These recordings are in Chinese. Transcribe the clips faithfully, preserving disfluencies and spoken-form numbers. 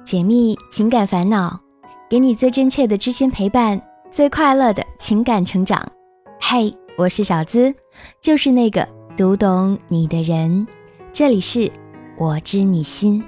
解密情感烦恼，给你最真切的知心陪伴，最快乐的情感成长。嘿，我是小资，就是那个读懂你的人。这里是我知你心。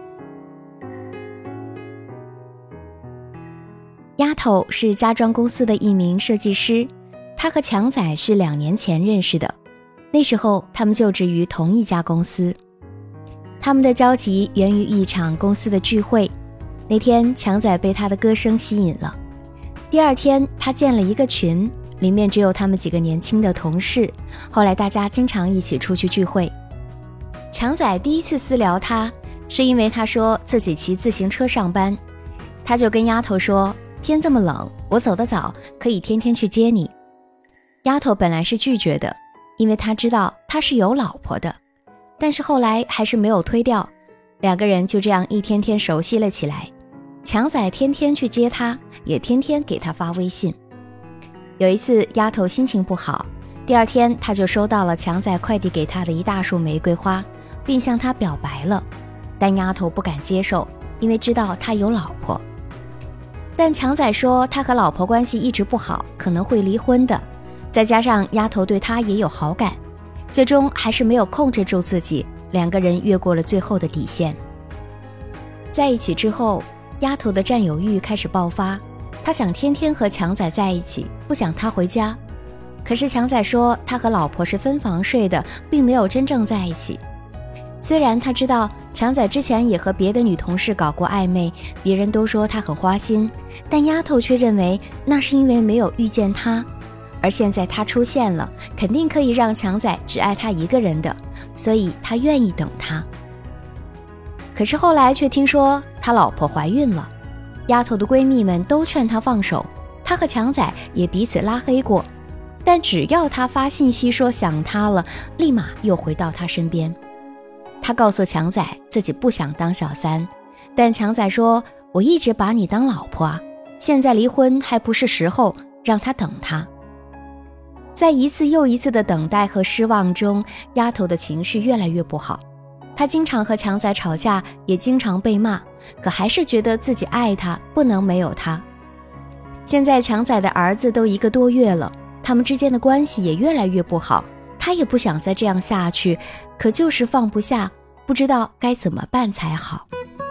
丫头是家装公司的一名设计师，她和强仔是两年前认识的，那时候他们就职于同一家公司。他们的交集源于一场公司的聚会，那天强仔被他的歌声吸引了。第二天他建了一个群，里面只有他们几个年轻的同事，后来大家经常一起出去聚会。强仔第一次私聊他，是因为他说自己骑自行车上班，他就跟丫头说，天这么冷，我走得早，可以天天去接你。丫头本来是拒绝的，因为他知道他是有老婆的，但是后来还是没有推掉，两个人就这样一天天熟悉了起来。强仔天天去接他，也天天给他发微信。有一次丫头心情不好，第二天他就收到了强仔快递给他的一大束玫瑰花，并向他表白了，但丫头不敢接受，因为知道他有老婆。但强仔说他和老婆关系一直不好，可能会离婚的，再加上丫头对他也有好感，最终还是没有控制住自己，两个人越过了最后的底线。在一起之后，丫头的占有欲开始爆发，她想天天和强仔在一起，不想他回家。可是强仔说他和老婆是分房睡的，并没有真正在一起。虽然他知道强仔之前也和别的女同事搞过暧昧，别人都说他很花心，但丫头却认为那是因为没有遇见他，而现在他出现了，肯定可以让强仔只爱他一个人的，所以他愿意等他。可是后来却听说他老婆怀孕了，丫头的闺蜜们都劝他放手，他和强仔也彼此拉黑过，但只要他发信息说想他了，立马又回到他身边。他告诉强仔自己不想当小三，但强仔说，我一直把你当老婆啊，现在离婚还不是时候，让他等他。在一次又一次的等待和失望中，丫头的情绪越来越不好，她经常和强仔吵架，也经常被骂，可还是觉得自己爱他，不能没有他。现在强仔的儿子都一个多月了，他们之间的关系也越来越不好，他也不想再这样下去，可就是放不下，不知道该怎么办才好。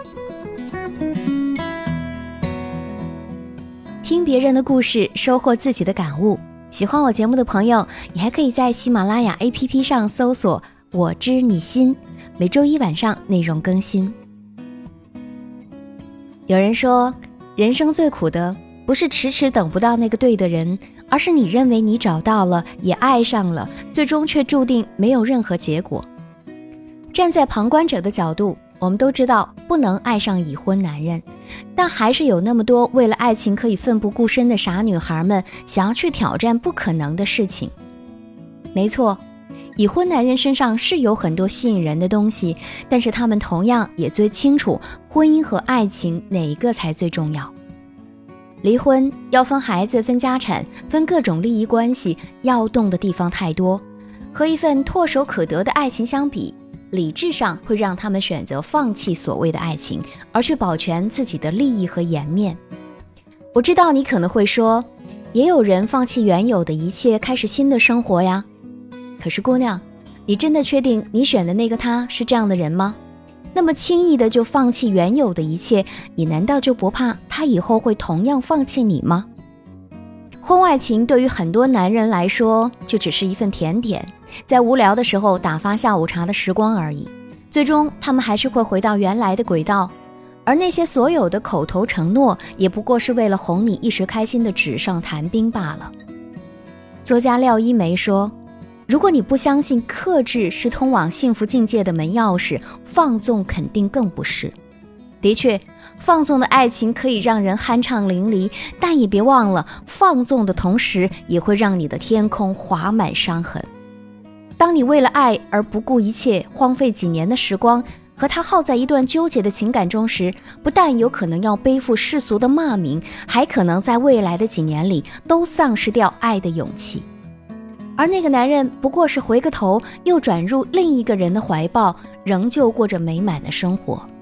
听别人的故事，收获自己的感悟。喜欢我节目的朋友，你还可以在喜马拉雅 A P P 上搜索我知你心，每周一晚上内容更新。有人说，人生最苦的不是迟迟等不到那个对的人，而是你认为你找到了，也爱上了，最终却注定没有任何结果。站在旁观者的角度，我们都知道不能爱上已婚男人，但还是有那么多为了爱情可以奋不顾身的傻女孩们，想要去挑战不可能的事情。没错，已婚男人身上是有很多吸引人的东西，但是他们同样也最清楚婚姻和爱情哪一个才最重要。离婚要分孩子，分家产，分各种利益关系，要动的地方太多，和一份唾手可得的爱情相比，理智上会让他们选择放弃所谓的爱情，而去保全自己的利益和颜面。我知道你可能会说，也有人放弃原有的一切，开始新的生活呀。可是姑娘，你真的确定你选的那个他是这样的人吗？那么轻易的就放弃原有的一切，你难道就不怕他以后会同样放弃你吗？婚外情对于很多男人来说，就只是一份甜点，在无聊的时候打发下午茶的时光而已，最终他们还是会回到原来的轨道，而那些所有的口头承诺，也不过是为了哄你一时开心的纸上谈兵罢了。作家廖一梅说，如果你不相信克制是通往幸福境界的门钥匙，放纵肯定更不是。的确，放纵的爱情可以让人酣畅淋漓，但也别忘了，放纵的同时也会让你的天空划满伤痕。当你为了爱而不顾一切，荒废几年的时光，和他耗在一段纠结的情感中时，不但有可能要背负世俗的骂名，还可能在未来的几年里都丧失掉爱的勇气。而那个男人不过是回个头，又转入另一个人的怀抱，仍旧过着美满的生活。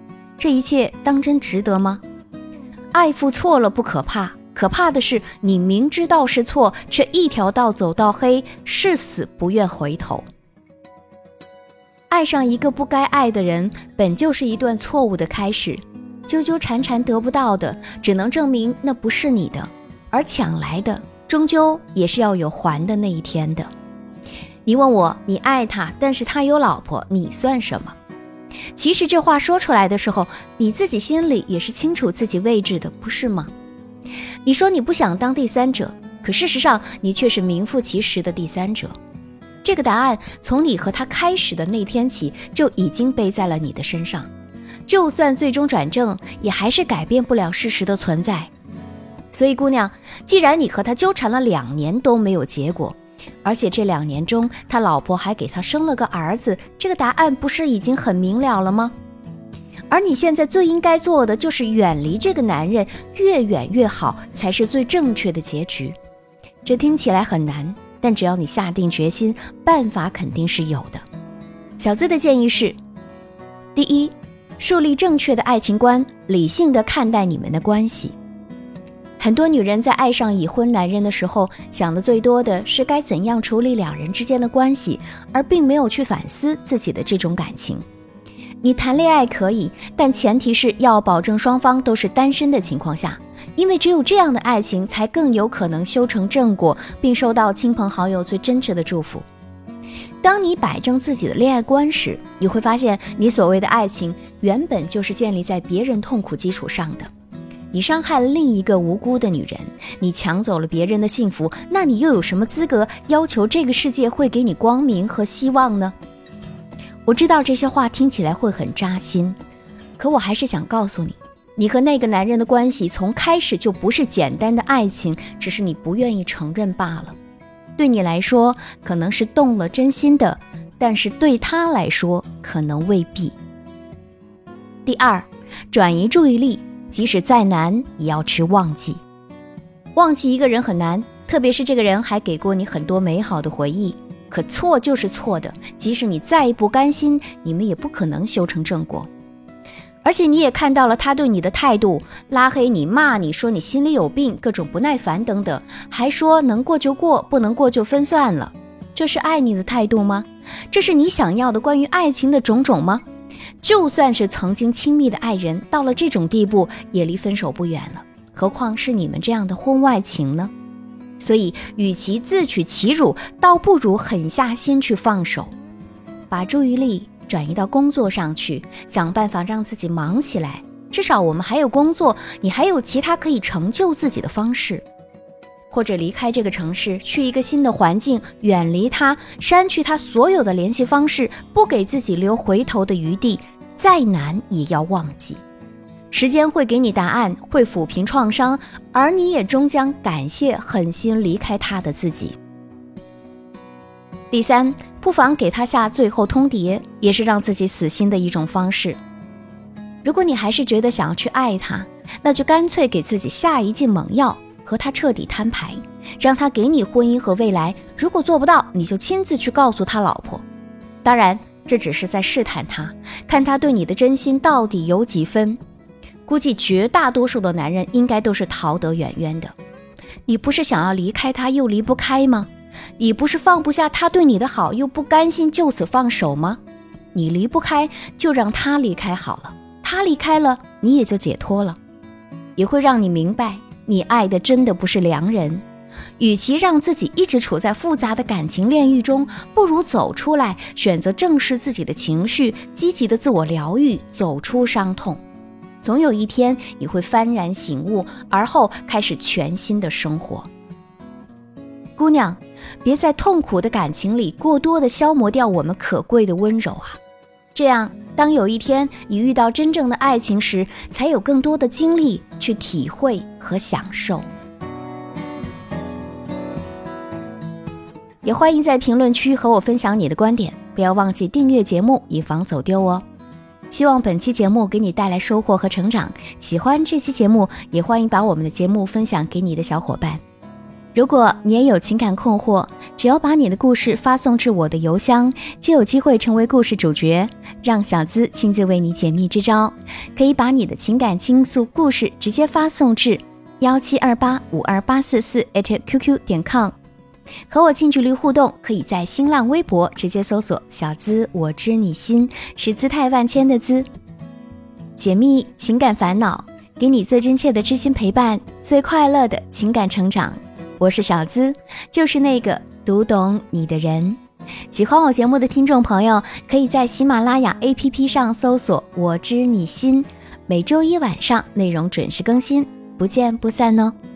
这一切当真值得吗？爱付错了不可怕，可怕的是你明知道是错，却一条道走到黑，誓死不愿回头。爱上一个不该爱的人，本就是一段错误的开始，纠纠缠缠得不到的，只能证明那不是你的，而抢来的，终究也是要有还的那一天的。你问我，你爱他，但是他有老婆，你算什么？其实这话说出来的时候，你自己心里也是清楚自己位置的，不是吗？你说你不想当第三者，可事实上你却是名副其实的第三者。这个答案从你和他开始的那天起就已经背在了你的身上，就算最终转正，也还是改变不了事实的存在。所以姑娘，既然你和他纠缠了两年都没有结果，而且这两年中他老婆还给他生了个儿子，这个答案不是已经很明了了吗？而你现在最应该做的就是远离这个男人，越远越好，才是最正确的结局。这听起来很难，但只要你下定决心，办法肯定是有的。小资的建议是：第一，树立正确的爱情观，理性的看待你们的关系。很多女人在爱上已婚男人的时候，想的最多的是该怎样处理两人之间的关系，而并没有去反思自己的这种感情。你谈恋爱可以，但前提是要保证双方都是单身的情况下，因为只有这样的爱情才更有可能修成正果，并受到亲朋好友最真挚的祝福。当你摆正自己的恋爱观时，你会发现你所谓的爱情原本就是建立在别人痛苦基础上的。你伤害了另一个无辜的女人，你抢走了别人的幸福，那你又有什么资格要求这个世界会给你光明和希望呢？我知道这些话听起来会很扎心，可我还是想告诉你，你和那个男人的关系从开始就不是简单的爱情，只是你不愿意承认罢了。对你来说可能是动了真心的，但是对他来说可能未必。第二，转移注意力，即使再难也要去忘记。忘记一个人很难，特别是这个人还给过你很多美好的回忆，可错就是错的，即使你再不甘心，你们也不可能修成正果。而且你也看到了他对你的态度，拉黑你，骂你，说你心里有病，各种不耐烦等等，还说能过就过，不能过就分算了。这是爱你的态度吗？这是你想要的关于爱情的种种吗？就算是曾经亲密的爱人，到了这种地步也离分手不远了，何况是你们这样的婚外情呢？所以与其自取其辱，倒不如狠下心去放手，把注意力转移到工作上去，想办法让自己忙起来，至少我们还有工作，你还有其他可以成就自己的方式。或者离开这个城市，去一个新的环境，远离他，删去他所有的联系方式，不给自己留回头的余地，再难也要忘记。时间会给你答案，会抚平创伤，而你也终将感谢狠心离开他的自己。第三，不妨给他下最后通牒，也是让自己死心的一种方式。如果你还是觉得想要去爱他，那就干脆给自己下一剂猛药，和他彻底摊牌，让他给你婚姻和未来。如果做不到，你就亲自去告诉他老婆。当然，这只是在试探他，看他对你的真心到底有几分。估计绝大多数的男人应该都是逃得远远的。你不是想要离开他又离不开吗？你不是放不下他对你的好又不甘心就此放手吗？你离不开就让他离开好了，他离开了你也就解脱了，也会让你明白你爱的真的不是良人。与其让自己一直处在复杂的感情炼狱中，不如走出来，选择正视自己的情绪，积极的自我疗愈，走出伤痛。总有一天你会幡然醒悟，而后开始全新的生活。姑娘，别在痛苦的感情里过多的消磨掉我们可贵的温柔啊！这样，当有一天你遇到真正的爱情时，才有更多的精力去体会和享受。也欢迎在评论区和我分享你的观点，不要忘记订阅节目，以防走丢哦。希望本期节目给你带来收获和成长，喜欢这期节目，也欢迎把我们的节目分享给你的小伙伴。 如果你也有情感困惑，只要把你的故事发送至我的邮箱，就有机会成为故事主角，让小资亲自为你解密支招。可以把你的情感倾诉故事直接发送至幺七二八五二八四四 at qq 点 com。 和我近距离互动，可以在新浪微博直接搜索小资我知你心，是姿态万千的资。解密情感烦恼，给你最真切的知心陪伴，最快乐的情感成长。我是小资，就是那个读懂你的人。喜欢我节目的听众朋友，可以在喜马拉雅 A P P 上搜索我知你心，每周一晚上内容准时更新，不见不散哦。